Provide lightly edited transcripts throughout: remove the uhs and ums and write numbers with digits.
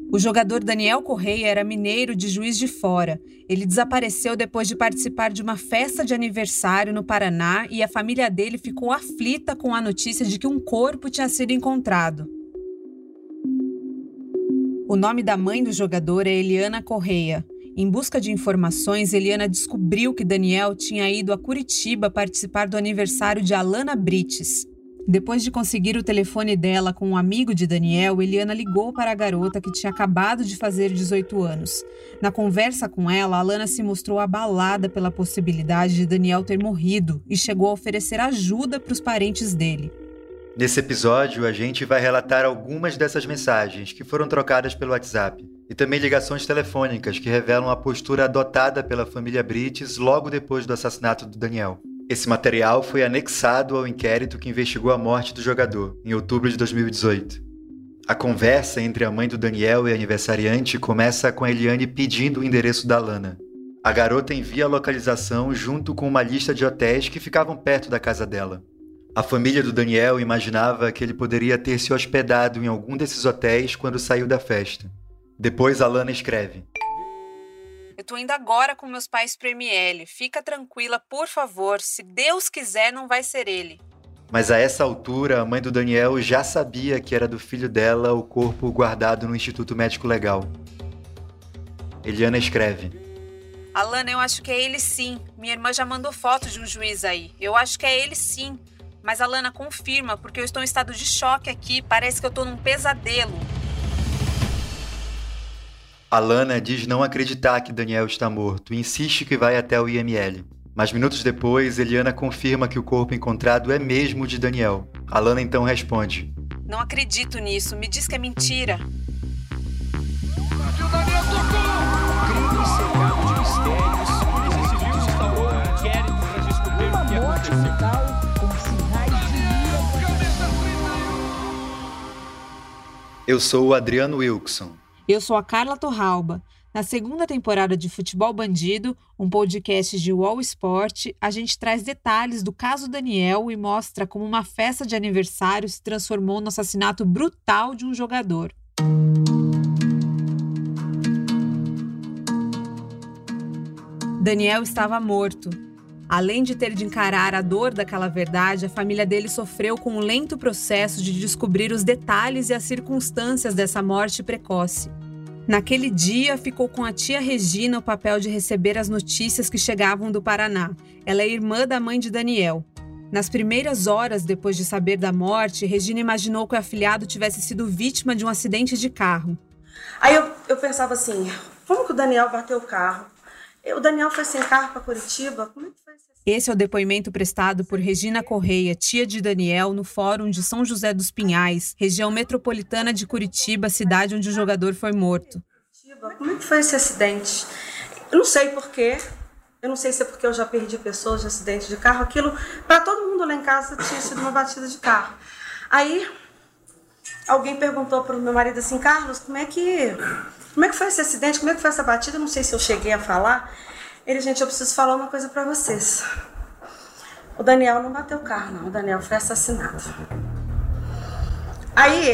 O jogador Daniel Correia era mineiro de Juiz de Fora. Ele desapareceu depois de participar de uma festa de aniversário no Paraná e a família dele ficou aflita com a notícia de que um corpo tinha sido encontrado. O nome da mãe do jogador é Eliana Correia. Em busca de informações, Eliana descobriu que Daniel tinha ido a Curitiba participar do aniversário de Alana Brites. Depois de conseguir o telefone dela com um amigo de Daniel, Eliana ligou para a garota que tinha acabado de fazer 18 anos. Na conversa com ela, Alana se mostrou abalada pela possibilidade de Daniel ter morrido e chegou a oferecer ajuda para os parentes dele. Nesse episódio, a gente vai relatar algumas dessas mensagens que foram trocadas pelo WhatsApp e também ligações telefônicas que revelam a postura adotada pela família Brites logo depois do assassinato do Daniel. Esse material foi anexado ao inquérito que investigou a morte do jogador, em outubro de 2018. A conversa entre a mãe do Daniel e a aniversariante começa com a Eliane pedindo o endereço da Alana. A garota envia a localização junto com uma lista de hotéis que ficavam perto da casa dela. A família do Daniel imaginava que ele poderia ter se hospedado em algum desses hotéis quando saiu da festa. Depois, Alana escreve: Eu tô indo agora com meus pais pro ML. Fica tranquila, por favor. Se Deus quiser, não vai ser ele. Mas a essa altura, a mãe do Daniel já sabia que era do filho dela o corpo guardado no Instituto Médico Legal. Eliana escreve: Alana, eu acho que é ele sim. Minha irmã já mandou foto de um juiz aí. Eu acho que é ele sim. Mas, Alana, confirma, porque eu estou em estado de choque aqui. Parece que eu tô num pesadelo. Alana diz não acreditar que Daniel está morto e insiste que vai até o IML. Mas minutos depois, Eliana confirma que o corpo encontrado é mesmo de Daniel. Alana então responde: Não acredito nisso, me diz que é mentira. O Daniel tocou! Crime cercado de mistérios. A Polícia Civil instaurou um inquérito para descobrir o que aconteceu. Eu sou o Adriano Wilson. Eu sou a Carla Torralba. Na segunda temporada de Futebol Bandido, um podcast de UOL Esporte, a gente traz detalhes do caso Daniel e mostra como uma festa de aniversário se transformou no assassinato brutal de um jogador. Daniel estava morto. Além de ter de encarar a dor daquela verdade, a família dele sofreu com um lento processo de descobrir os detalhes e as circunstâncias dessa morte precoce. Naquele dia, ficou com a tia Regina o papel de receber as notícias que chegavam do Paraná. Ela é irmã da mãe de Daniel. Nas primeiras horas depois de saber da morte, Regina imaginou que o afilhado tivesse sido vítima de um acidente de carro. Aí eu pensava assim, como que o Daniel bateu o carro? O Daniel foi sem carro para Curitiba? Como é que foi isso? Esse é o depoimento prestado por Regina Correia, tia de Daniel, no Fórum de São José dos Pinhais, região metropolitana de Curitiba, cidade onde o jogador foi morto. Como é que foi esse acidente? Eu não sei porquê. Eu não sei se é porque eu já perdi pessoas de acidente de carro. Aquilo, para todo mundo lá em casa, tinha sido uma batida de carro. Aí, alguém perguntou para o meu marido assim, Carlos, como é que foi esse acidente? Como é que foi essa batida? Eu não sei se eu cheguei a falar. Ele, gente, eu preciso falar uma coisa para vocês. O Daniel não bateu o carro, não. O Daniel foi assassinado. Aí,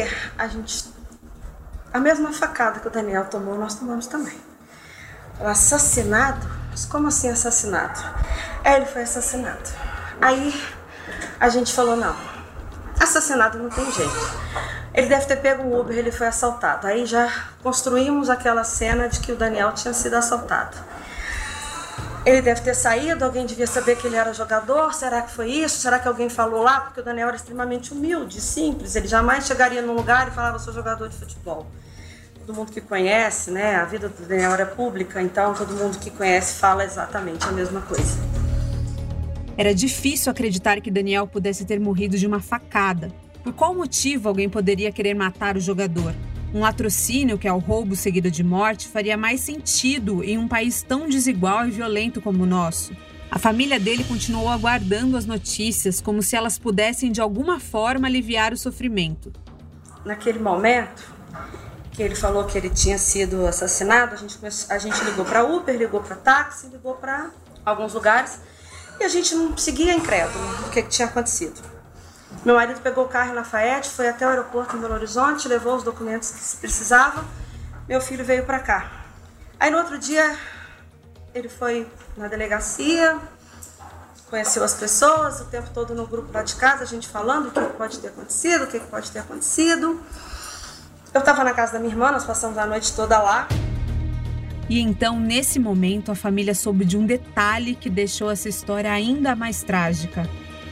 a mesma facada que o Daniel tomou, nós tomamos também. O assassinado? Mas como assim assassinado? Ele foi assassinado. Aí, a gente falou, não. Assassinado não tem jeito. Ele deve ter pego um Uber, ele foi assaltado. Aí já construímos aquela cena de que o Daniel tinha sido assaltado. Ele deve ter saído, alguém devia saber que ele era jogador, será que foi isso? Será que alguém falou lá? Porque o Daniel era extremamente humilde, simples, ele jamais chegaria num lugar e falava, sou jogador de futebol. Todo mundo que conhece, né, a vida do Daniel era pública, então todo mundo que conhece fala exatamente a mesma coisa. Era difícil acreditar que Daniel pudesse ter morrido de uma facada. Por qual motivo alguém poderia querer matar o jogador? Um latrocínio, que é o roubo seguido de morte, faria mais sentido em um país tão desigual e violento como o nosso. A família dele continuou aguardando as notícias, como se elas pudessem de alguma forma aliviar o sofrimento. Naquele momento que ele falou que ele tinha sido assassinado, a gente ligou para Uber, ligou para táxi, ligou para alguns lugares e a gente não seguia incrédulo do que tinha acontecido. Meu marido pegou o carro em Lafayette, foi até o aeroporto em Belo Horizonte, levou os documentos que se precisava meu filho veio para cá. Aí no outro dia, ele foi na delegacia, conheceu as pessoas, o tempo todo no grupo lá de casa, a gente falando o que pode ter acontecido, o que pode ter acontecido. Eu estava na casa da minha irmã, nós passamos a noite toda lá. E então, nesse momento, a família soube de um detalhe que deixou essa história ainda mais trágica.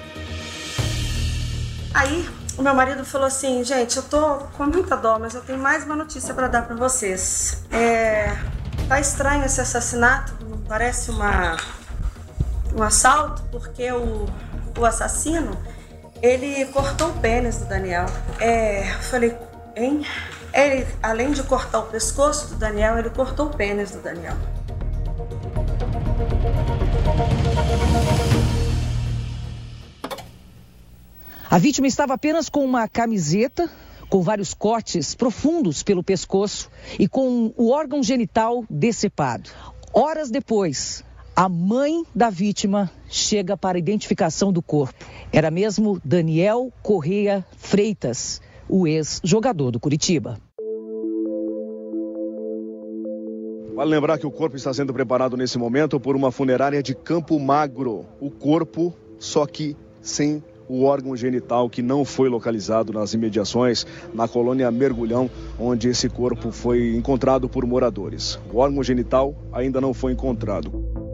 Aí, o meu marido falou assim, gente, eu tô com muita dó, mas eu tenho mais uma notícia para dar para vocês. Tá estranho esse assassinato, não parece um assalto, porque o assassino, ele cortou o pênis do Daniel. Eu falei, hein? Ele, além de cortar o pescoço do Daniel, ele cortou o pênis do Daniel. A vítima estava apenas com uma camiseta, com vários cortes profundos pelo pescoço e com o órgão genital decepado. Horas depois, a mãe da vítima chega para a identificação do corpo. Era mesmo Daniel Correia Freitas, o ex-jogador do Curitiba. Vale lembrar que o corpo está sendo preparado nesse momento por uma funerária de Campo Magro. O corpo, só que sem o órgão genital, que não foi localizado nas imediações, na colônia Mergulhão, onde esse corpo foi encontrado por moradores. O órgão genital ainda não foi encontrado.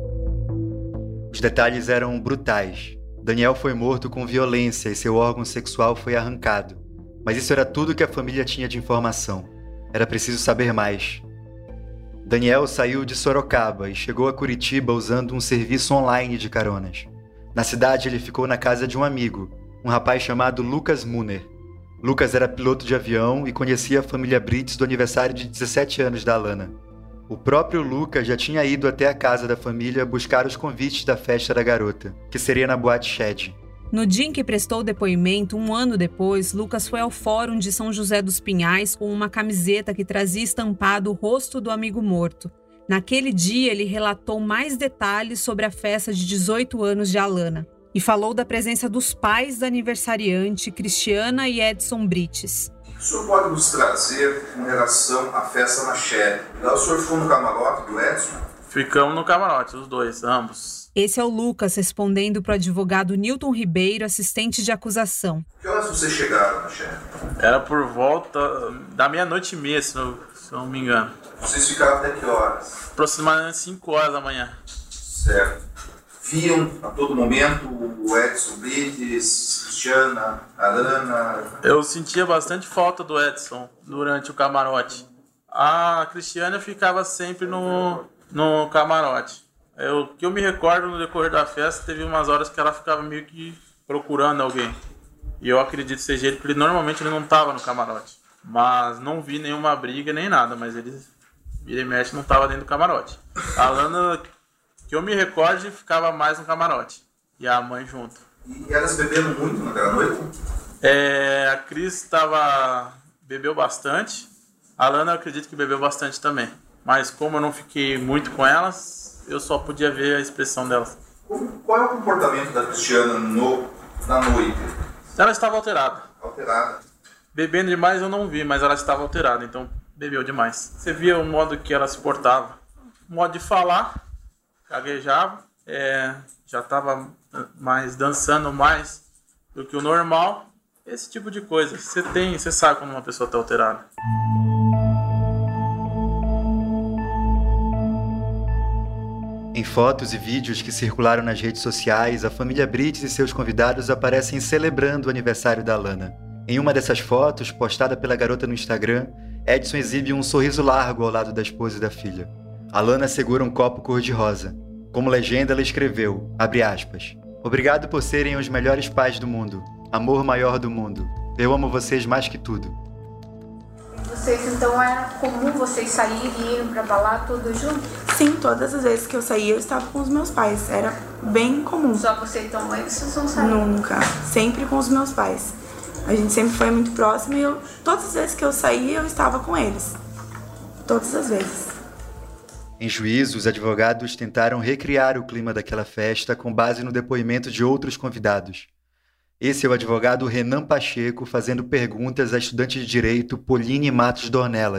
Os detalhes eram brutais. Daniel foi morto com violência e seu órgão sexual foi arrancado. Mas isso era tudo que a família tinha de informação. Era preciso saber mais. Daniel saiu de Sorocaba e chegou a Curitiba usando um serviço online de caronas. Na cidade, ele ficou na casa de um amigo, um rapaz chamado Lucas Munner. Lucas era piloto de avião e conhecia a família Brites do aniversário de 17 anos da Alana. O próprio Lucas já tinha ido até a casa da família buscar os convites da festa da garota, que seria na Boate Shed. No dia em que prestou o depoimento, um ano depois, Lucas foi ao Fórum de São José dos Pinhais com uma camiseta que trazia estampado o rosto do amigo morto. Naquele dia, ele relatou mais detalhes sobre a festa de 18 anos de Alana e falou da presença dos pais da aniversariante, Cristiana e Edson Brites. O senhor pode nos trazer com relação à festa na Shed? O senhor ficou no camarote do Edson? Ficamos no camarote, os dois, ambos. Esse é o Lucas respondendo para o advogado Newton Ribeiro, assistente de acusação. Que horas vocês chegaram na Shed? Era por volta da 00:30, se não me engano. Vocês ficaram até que horas? Aproximadamente 5 horas da manhã. Certo. Viam a todo momento o Edson Brites, Cristiana, Alana? Eu sentia bastante falta do Edson durante o camarote. A Cristiana ficava sempre no camarote. O que eu me recordo no decorrer da festa, teve umas horas que ela ficava meio que procurando alguém. E eu acredito que seja ele, porque normalmente ele não estava no camarote. Mas não vi nenhuma briga nem nada, mas ele, vira e mexe, não estava dentro do camarote. A Alana, que eu me recordo, ficava mais no camarote. E a mãe junto. E elas beberam muito naquela noite? A Cris bebeu bastante. A Alana, eu acredito que bebeu bastante também. Mas como eu não fiquei muito com elas, eu só podia ver a expressão delas. Qual é o comportamento da Cristiana na noite? Ela estava alterada. Alterada? Bebendo demais eu não vi, mas ela estava alterada, então bebeu demais. Você via o modo que ela se portava. O modo de falar, gaguejava, já estava mais dançando mais do que o normal. Esse tipo de coisa. Você sabe quando uma pessoa está alterada. Em fotos e vídeos que circularam nas redes sociais, a família Brites e seus convidados aparecem celebrando o aniversário da Alana. Em uma dessas fotos, postada pela garota no Instagram, Edson exibe um sorriso largo ao lado da esposa e da filha. Alana segura um copo cor-de-rosa. Como legenda, ela escreveu, abre aspas, "Obrigado por serem os melhores pais do mundo. Amor maior do mundo. Eu amo vocês mais que tudo." Vocês, então, era comum vocês saírem e irem pra balada todos juntos? Sim, todas as vezes que eu saía, eu estava com os meus pais. Era bem comum. Só você e tua mãe, vocês não saíam? Nunca. Sempre com os meus pais. A gente sempre foi muito próximo e todas as vezes que eu saía, eu estava com eles. Todas as vezes. Em juízo, os advogados tentaram recriar o clima daquela festa com base no depoimento de outros convidados. Esse é o advogado Renan Pacheco fazendo perguntas à estudante de Direito Pauline Matos Dornelas,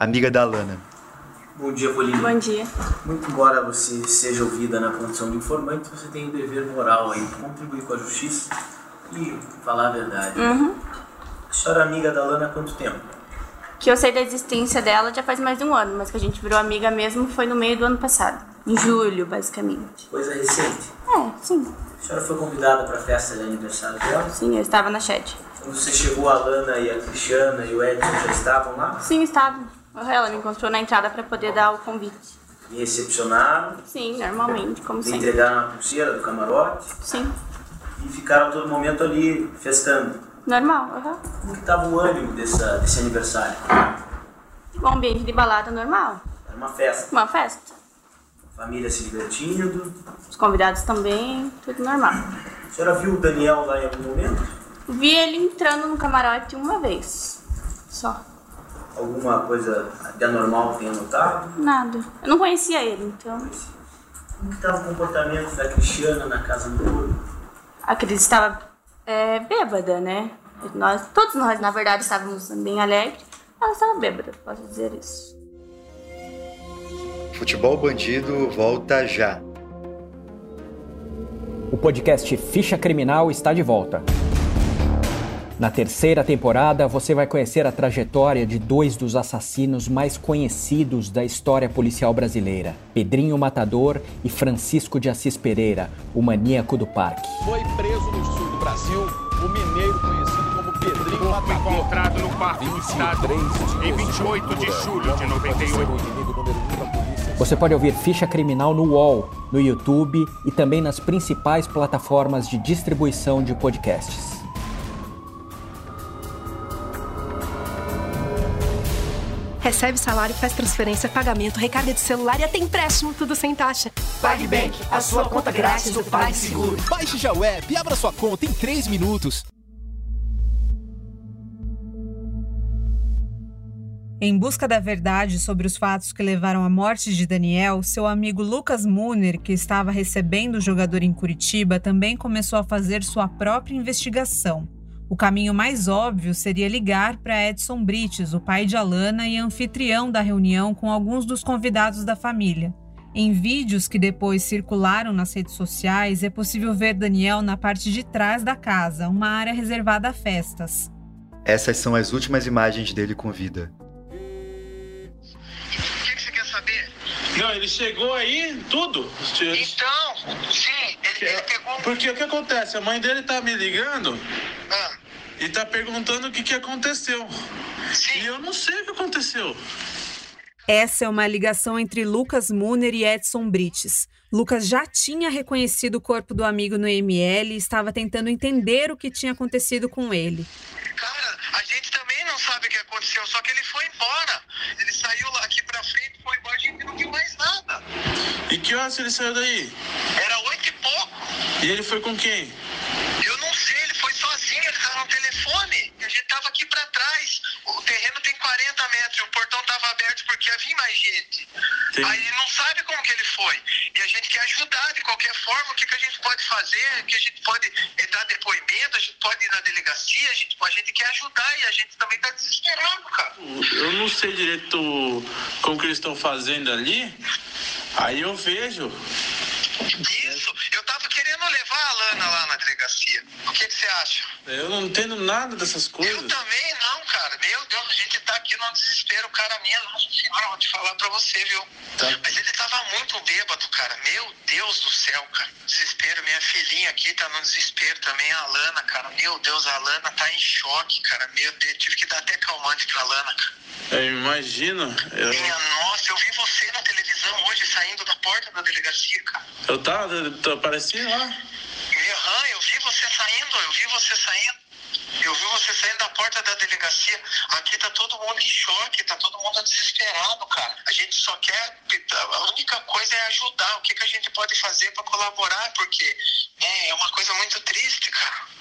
amiga da Alana. Bom dia, Polina. Bom dia. Muito embora você seja ouvida na condição de informante, você tem o dever moral aí de contribuir com a justiça e falar a verdade. A senhora é amiga da Alana há quanto tempo? Que eu sei da existência dela já faz mais de um ano, mas que a gente virou amiga mesmo foi no meio do ano passado. Em julho, basicamente. Coisa recente? Sim. A senhora foi convidada para a festa de aniversário dela? Sim, eu estava na shed. Quando você chegou, a Alana e a Cristiana e o Edson já estavam lá? Sim, estavam. Ela me encontrou na entrada para poder dar o convite. Me recepcionaram? Sim, normalmente, como me sempre. Entregaram a pulseira do camarote? Sim. E ficaram todo momento ali festando? Normal, Como que estava o ânimo desse aniversário? Um ambiente de balada normal. Era uma festa? Uma festa. A família se divertindo? Os convidados também, tudo normal. A senhora viu o Daniel lá em algum momento? Vi ele entrando no camarote uma vez. Só. Alguma coisa de anormal tenha notado? Nada. Eu não conhecia ele, então... Como estava o comportamento da Cristiana na casa do Toro? A Cris estava bêbada, né? Todos nós, na verdade, estávamos bem alegres. Ela estava bêbada, posso dizer isso. Futebol Bandido volta já. O podcast Ficha Criminal está de volta. Na terceira temporada, você vai conhecer a trajetória de dois dos assassinos mais conhecidos da história policial brasileira, Pedrinho Matador e Francisco de Assis Pereira, o maníaco do parque. Foi preso no sul do Brasil o mineiro conhecido como Pedrinho Matador. Foi encontrado no Parque do Estado em 28 de julho de 98. Você pode ouvir Ficha Criminal no UOL, no YouTube e também nas principais plataformas de distribuição de podcasts. Recebe salário, faz transferência, pagamento, recarga de celular e até empréstimo, tudo sem taxa. PagBank, a sua conta grátis do PagSeguro. Baixe já o app e abra sua conta em 3 minutos. Em busca da verdade sobre os fatos que levaram à morte de Daniel, seu amigo Lucas Munner, que estava recebendo o jogador em Curitiba, também começou a fazer sua própria investigação. O caminho mais óbvio seria ligar para Edson Brites, o pai de Alana e anfitrião da reunião com alguns dos convidados da família. Em vídeos que depois circularam nas redes sociais, é possível ver Daniel na parte de trás da casa, uma área reservada a festas. Essas são as últimas imagens dele com vida. O que você quer saber? Não, ele chegou aí, tudo. Então, sim, ele pegou... Porque o que acontece? A mãe dele tá me ligando e tá perguntando o que aconteceu. Sim. E eu não sei o que aconteceu. Essa é uma ligação entre Lucas Munner e Edson Brites. Lucas já tinha reconhecido o corpo do amigo no IML e estava tentando entender o que tinha acontecido com ele. Cara, a gente também não sabe o que aconteceu, só que ele foi embora. Ele saiu lá aqui pra frente, foi embora, a gente não viu mais nada. E que horas ele saiu daí? Era 8 e pouco. E ele foi com quem? Eu não sei, ele foi sozinho, ele tava no telefone. A gente tava aqui pra trás. O terreno tem 40 metros e o portão tava aberto porque havia mais gente. Sim. Aí não sabe como que ele foi. E a gente quer ajudar de qualquer forma. O que a gente pode fazer? Que a gente pode dar depoimento, a gente pode ir na delegacia, a gente quer ajudar e a gente também tá desesperado, cara. Eu não sei direito como que eles estão fazendo ali. Aí eu vejo. Isso, eu tava querendo levar a Alana lá na delegacia. O que você acha? Eu não entendo nada dessas coisas. Eu também não, cara. Meu Deus, a gente tá aqui no desespero, cara mesmo. Nossa senhora, vou te falar pra você, viu? Tá. Mas ele tava muito bêbado, cara. Meu Deus do céu, cara. Desespero, minha filhinha aqui tá no desespero também, a Alana, cara. Meu Deus, a Alana tá em choque, cara. Meu Deus, tive que dar até calmante pra Alana, cara. Eu imagino. Minha nossa, eu vi você na televisão hoje saindo da porta da delegacia, cara. Eu apareci lá. Eu vi você saindo. Eu vi você saindo da porta da delegacia. Aqui tá todo mundo em choque, tá todo mundo desesperado, cara. A gente só quer... A única coisa é ajudar. O que a gente pode fazer pra colaborar? Porque é uma coisa muito triste, cara.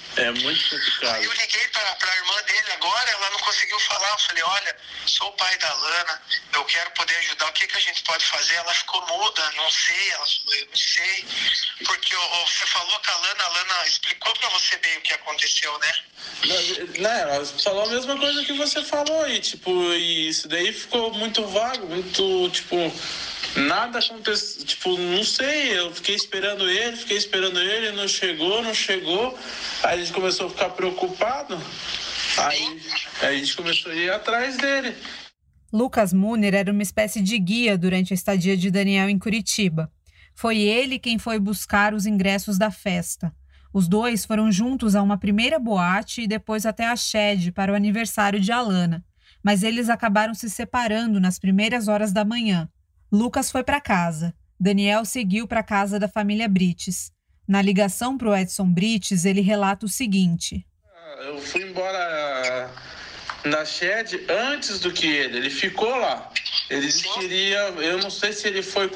É muito complicado. Aí eu liguei pra irmã dele agora, ela não conseguiu falar. Eu falei, olha, sou o pai da Alana, eu quero poder ajudar, o que a gente pode fazer? Ela ficou muda, não sei, ela falou, eu não sei. Porque você falou com a Alana explicou pra você bem o que aconteceu, né? Não, ela falou a mesma coisa que você falou e, tipo, isso daí ficou muito vago, muito, tipo, nada aconteceu, tipo, não sei, eu fiquei esperando ele, não chegou, aí a gente começou a ficar preocupado, aí a gente começou a ir atrás dele. Lucas Munir era uma espécie de guia durante a estadia de Daniel em Curitiba. Foi ele quem foi buscar os ingressos da festa. Os dois foram juntos a uma primeira boate e depois até a Shed para o aniversário de Alana, mas eles acabaram se separando nas primeiras horas da manhã. Lucas foi para casa. Daniel seguiu para a casa da família Brites. Na ligação para o Edson Brites, ele relata o seguinte. Eu fui embora na Shed antes do que ele ficou lá. Ele queria, eu não sei se ele foi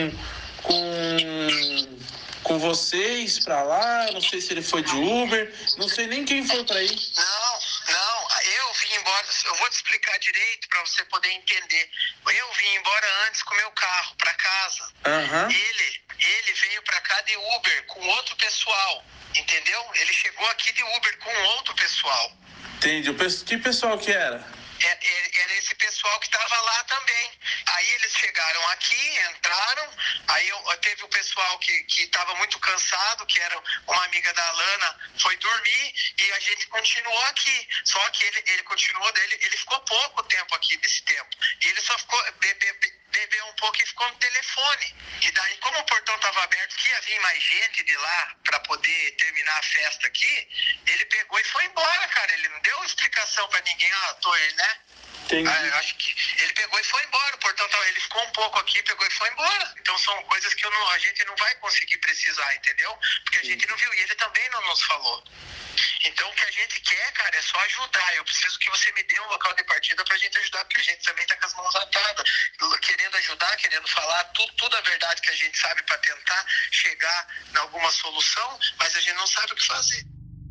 com vocês pra lá, não sei se ele foi de Uber, não sei nem quem foi pra ir. Não, eu vim embora, eu vou te explicar direito pra você poder entender. Eu vim embora antes com o meu carro pra casa. Uhum. Ele veio pra cá de Uber com outro pessoal, entendeu? Ele chegou aqui de Uber com outro pessoal. Entendi. Que pessoal que era? Era esse pessoal que estava lá também. Aí eles chegaram aqui, entraram, aí teve o pessoal que estava muito cansado, que era uma amiga da Alana, foi dormir e a gente continuou aqui. Só que ele continuou, ele ficou pouco tempo aqui desse tempo. E ele só ficou, bebeu um pouco e ficou no telefone. E daí, como o portão estava aberto, que ia vir mais gente de lá para poder terminar a festa aqui, ele pegou e foi embora, cara. Ele não deu explicação para ninguém, tô aí, né? Eu acho que ele pegou e foi embora. O portão ele ficou um pouco aqui, pegou e foi embora. Então são coisas que a gente não vai conseguir precisar, entendeu? Porque a gente não viu e ele também não nos falou. Então o que a gente quer, cara, é só ajudar. Eu preciso que você me dê um local de partida pra gente ajudar, porque a gente também tá com as mãos atadas, querendo ajudar, querendo falar tudo a verdade que a gente sabe pra tentar chegar em alguma solução, mas a gente não sabe o que fazer.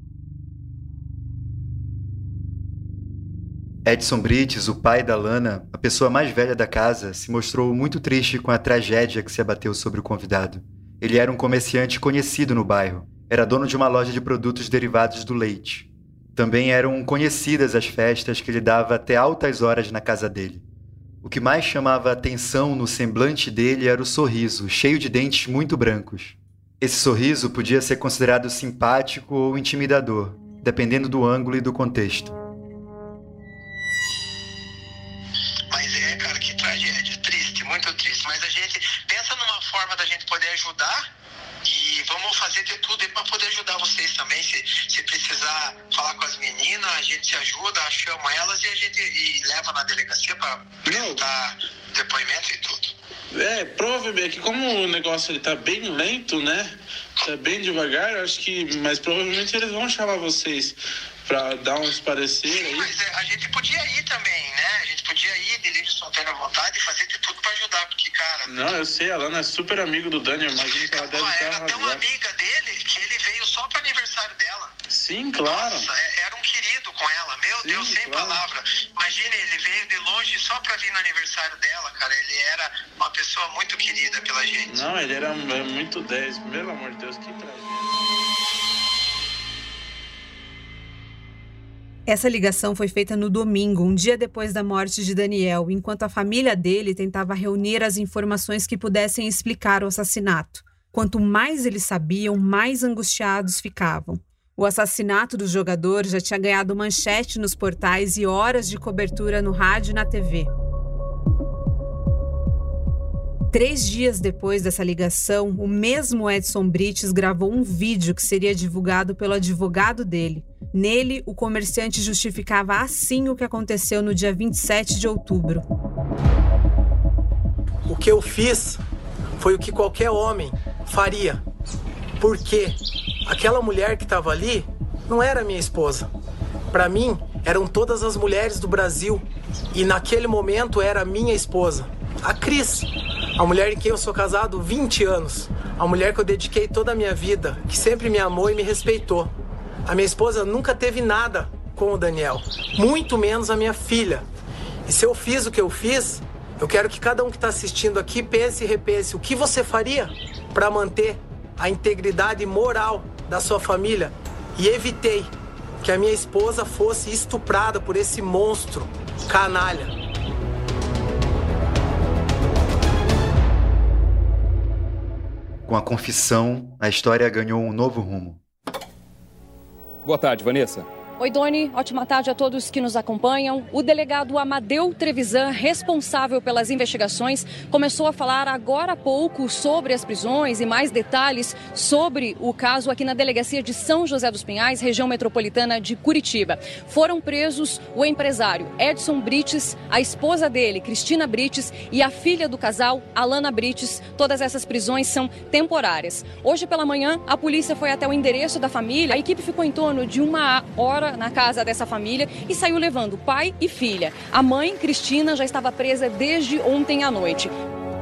Edson Brites, o pai da Alana, a pessoa mais velha da casa, se mostrou muito triste com a tragédia que se abateu sobre o convidado. Ele era um comerciante conhecido no bairro. Era dono de uma loja de produtos derivados do leite. Também eram conhecidas as festas que ele dava até altas horas na casa dele. O que mais chamava a atenção no semblante dele era o sorriso, cheio de dentes muito brancos. Esse sorriso podia ser considerado simpático ou intimidador, dependendo do ângulo e do contexto. Muito triste, mas a gente pensa numa forma da gente poder ajudar e vamos fazer de tudo para poder ajudar vocês também. Se precisar falar com as meninas, a gente se ajuda, chama elas e a gente leva na delegacia para prestar depoimento e tudo. Provavelmente, como o negócio ele tá bem lento, né? Tá bem devagar, acho que, mas provavelmente eles vão chamar vocês para dar uns pareceres aí. Mas a gente podia ir também, né? A gente podia ir de livre espontânea vontade e fazer de tudo para ajudar, porque, cara... Não, eu sei, a Alana é super amigo do Dani, eu imagino que ela deve estar arrasada. Tem uma amiga dele que ele veio só pro aniversário dela. Sim, claro. Nossa, era um querido com ela, meu Deus, sem palavra. Imagina, ele veio de longe só pra vir no aniversário dela, cara. Ele era uma pessoa muito querida pela gente. Não, ele era muito 10, pelo amor de Deus, que tragédia. Essa ligação foi feita no domingo, um dia depois da morte de Daniel, enquanto a família dele tentava reunir as informações que pudessem explicar o assassinato. Quanto mais eles sabiam, mais angustiados ficavam. O assassinato do jogador já tinha ganhado manchete nos portais e horas de cobertura no rádio e na TV. 3 dias depois dessa ligação, o mesmo Edson Brites gravou um vídeo que seria divulgado pelo advogado dele. Nele, o comerciante justificava assim o que aconteceu no dia 27 de outubro. O que eu fiz foi o que qualquer homem faria. Porque aquela mulher que estava ali não era minha esposa. Para mim, eram todas as mulheres do Brasil. E naquele momento era minha esposa, a Cris. A mulher em quem eu sou casado há 20 anos. A mulher que eu dediquei toda a minha vida, que sempre me amou e me respeitou. A minha esposa nunca teve nada com o Daniel, muito menos a minha filha. E se eu fiz o que eu fiz, eu quero que cada um que está assistindo aqui pense e repense o que você faria para manter a integridade moral da sua família. E evitei que a minha esposa fosse estuprada por esse monstro canalha. Com a confissão, a história ganhou um novo rumo. Boa tarde, Vanessa. Oi, Doni. Ótima tarde a todos que nos acompanham. O delegado Amadeu Trevisan, responsável pelas investigações, começou a falar agora há pouco sobre as prisões e mais detalhes sobre o caso aqui na delegacia de São José dos Pinhais, região metropolitana de Curitiba. Foram presos o empresário Edson Brites, a esposa dele, Cristina Brites, e a filha do casal, Alana Brites. Todas essas prisões são temporárias. Hoje pela manhã, a polícia foi até o endereço da família. A equipe ficou em torno de 1 hora na casa dessa família e saiu levando pai e filha. A mãe, Cristina, já estava presa desde ontem à noite.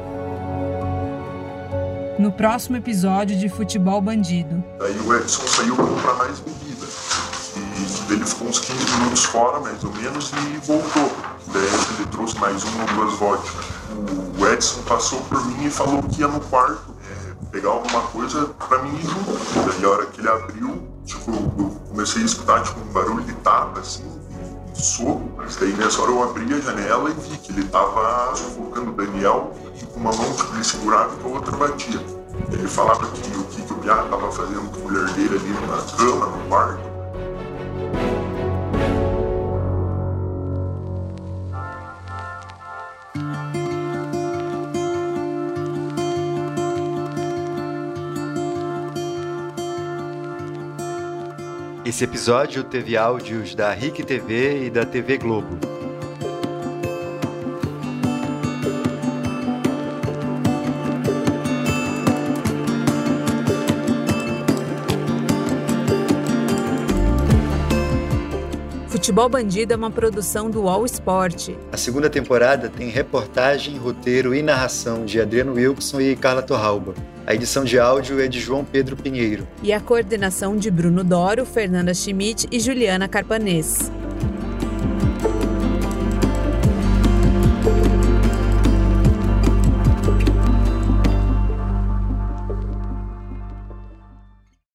No próximo episódio de Futebol Bandido. Aí o Edson saiu para comprar mais bebida. E ele ficou uns 15 minutos fora, mais ou menos, e voltou. Daí ele trouxe mais 1 ou 2 vodkas. O Edson passou por mim e falou que ia no quarto pegar alguma coisa para mim ir junto. Daí a hora que ele abriu, tipo, eu comecei a escutar tipo, um barulho de tapa, assim, de soco. Mas daí nessa hora eu abri a janela e vi que ele tava sufocando o Daniel e com uma mão tipo, ele segurava e com a outra batia. Ele falava que o que o Biá tava fazendo com a mulher dele ali na cama, no quarto. Esse episódio teve áudios da RIC TV e da TV Globo. Futebol Bandido é uma produção do All Sport. A segunda temporada tem reportagem, roteiro e narração de Adriano Wilson e Carla Torralba. A edição de áudio é de João Pedro Pinheiro. E a coordenação de Bruno Doro, Fernanda Schmidt e Juliana Carpanês.